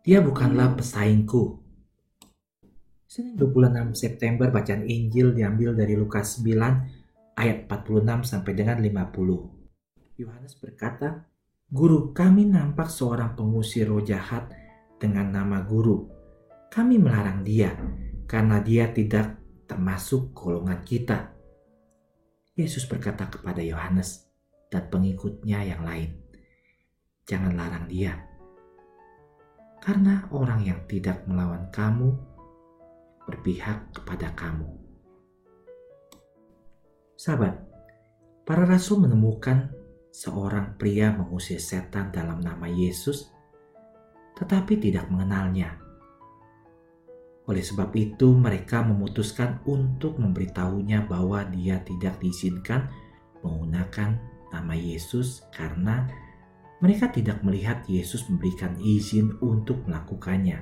Dia bukanlah pesaingku. Senin 26 September bacaan Injil diambil dari Lukas 9 ayat 46 sampai dengan 50. Yohanes berkata, "Guru, kami nampak seorang pengusir roh jahat dengan nama Guru. Kami melarang dia karena dia tidak termasuk golongan kita." Yesus berkata kepada Yohanes dan pengikutnya yang lain, "Jangan larang dia, karena orang yang tidak melawan kamu berpihak kepada kamu." Sahabat, para rasul menemukan seorang pria mengusir setan dalam nama Yesus, tetapi tidak mengenalnya. Oleh sebab itu, mereka memutuskan untuk memberitahunya bahwa dia tidak diizinkan menggunakan nama Yesus karena mereka tidak melihat Yesus memberikan izin untuk melakukannya.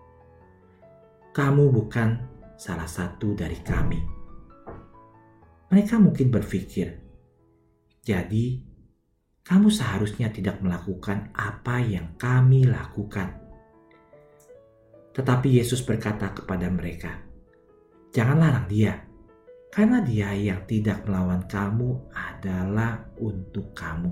"Kamu bukan salah satu dari kami." Mereka mungkin berpikir, "Jadi, kamu seharusnya tidak melakukan apa yang kami lakukan." Tetapi Yesus berkata kepada mereka, "Jangan larang dia, karena dia yang tidak melawan kamu adalah untuk kamu."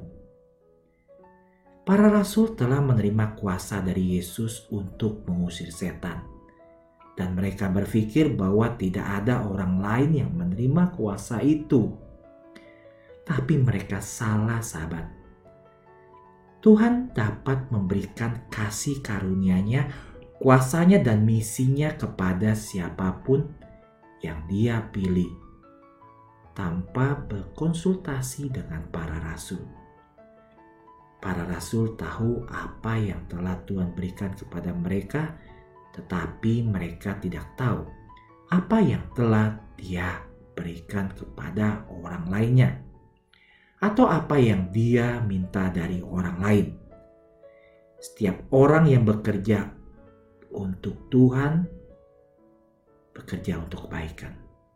Para rasul telah menerima kuasa dari Yesus untuk mengusir setan. Dan mereka berpikir bahwa tidak ada orang lain yang menerima kuasa itu. Tapi mereka salah, sahabat. Tuhan dapat memberikan kasih karunia-Nya, kuasanya dan misinya kepada siapapun yang Dia pilih, tanpa berkonsultasi dengan para rasul. Para rasul tahu apa yang telah Tuhan berikan kepada mereka, tetapi mereka tidak tahu apa yang telah Dia berikan kepada orang lainnya, atau apa yang Dia minta dari orang lain. Setiap orang yang bekerja untuk Tuhan bekerja untuk kebaikan.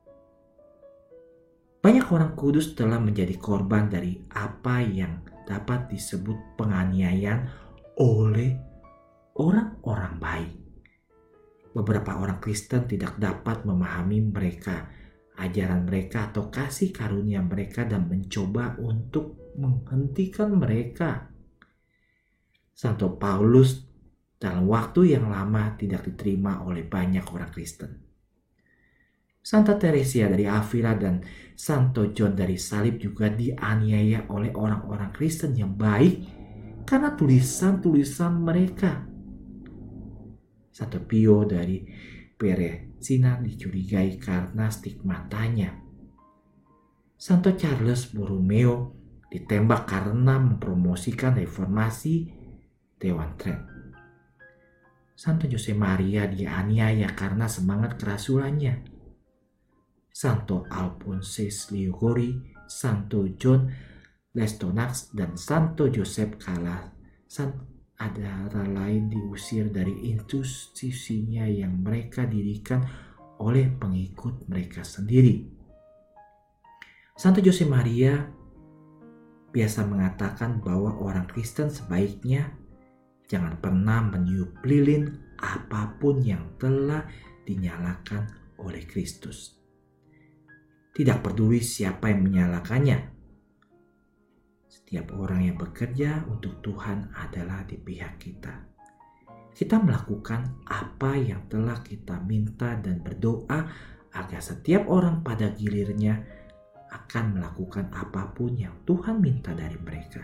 Banyak orang kudus telah menjadi korban dari apa yang dapat disebut penganiayaan oleh orang-orang baik. Beberapa orang Kristen tidak dapat memahami mereka, ajaran mereka atau kasih karunia mereka dan mencoba untuk menghentikan mereka. Santo Paulus dalam waktu yang lama tidak diterima oleh banyak orang Kristen. Santa Teresia dari Avila dan Santo John dari Salib juga dianiaya oleh orang-orang Kristen yang baik karena tulisan-tulisan mereka. Santo Pio dari Peresina dicurigai karena stigmatanya. Santo Charles Borromeo ditembak karena mempromosikan reformasi Dewan Trent. Santo Josemaria dianiaya karena semangat kerasulannya. Santo Alphonse Liguori, Santo John Lestonax, dan Santo Joseph Calasan antara lain diusir dari institusinya yang mereka dirikan oleh pengikut mereka sendiri. Santo Josemaria biasa mengatakan bahwa orang Kristen sebaiknya jangan pernah meniup lilin apapun yang telah dinyalakan oleh Kristus. Tidak peduli siapa yang menyalakannya. Setiap orang yang bekerja untuk Tuhan adalah di pihak kita. Kita melakukan apa yang telah kita minta dan berdoa agar setiap orang pada gilirnya akan melakukan apapun yang Tuhan minta dari mereka.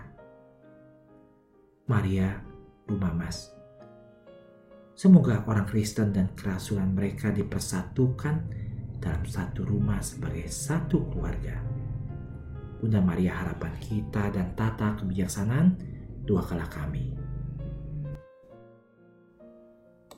Maria Rumah Mas. Semoga orang Kristen dan kerasulan mereka dipersatukan dalam satu rumah sebagai satu keluarga. Bunda Maria harapan kita dan tata kebijaksanaan, doakanlah kami.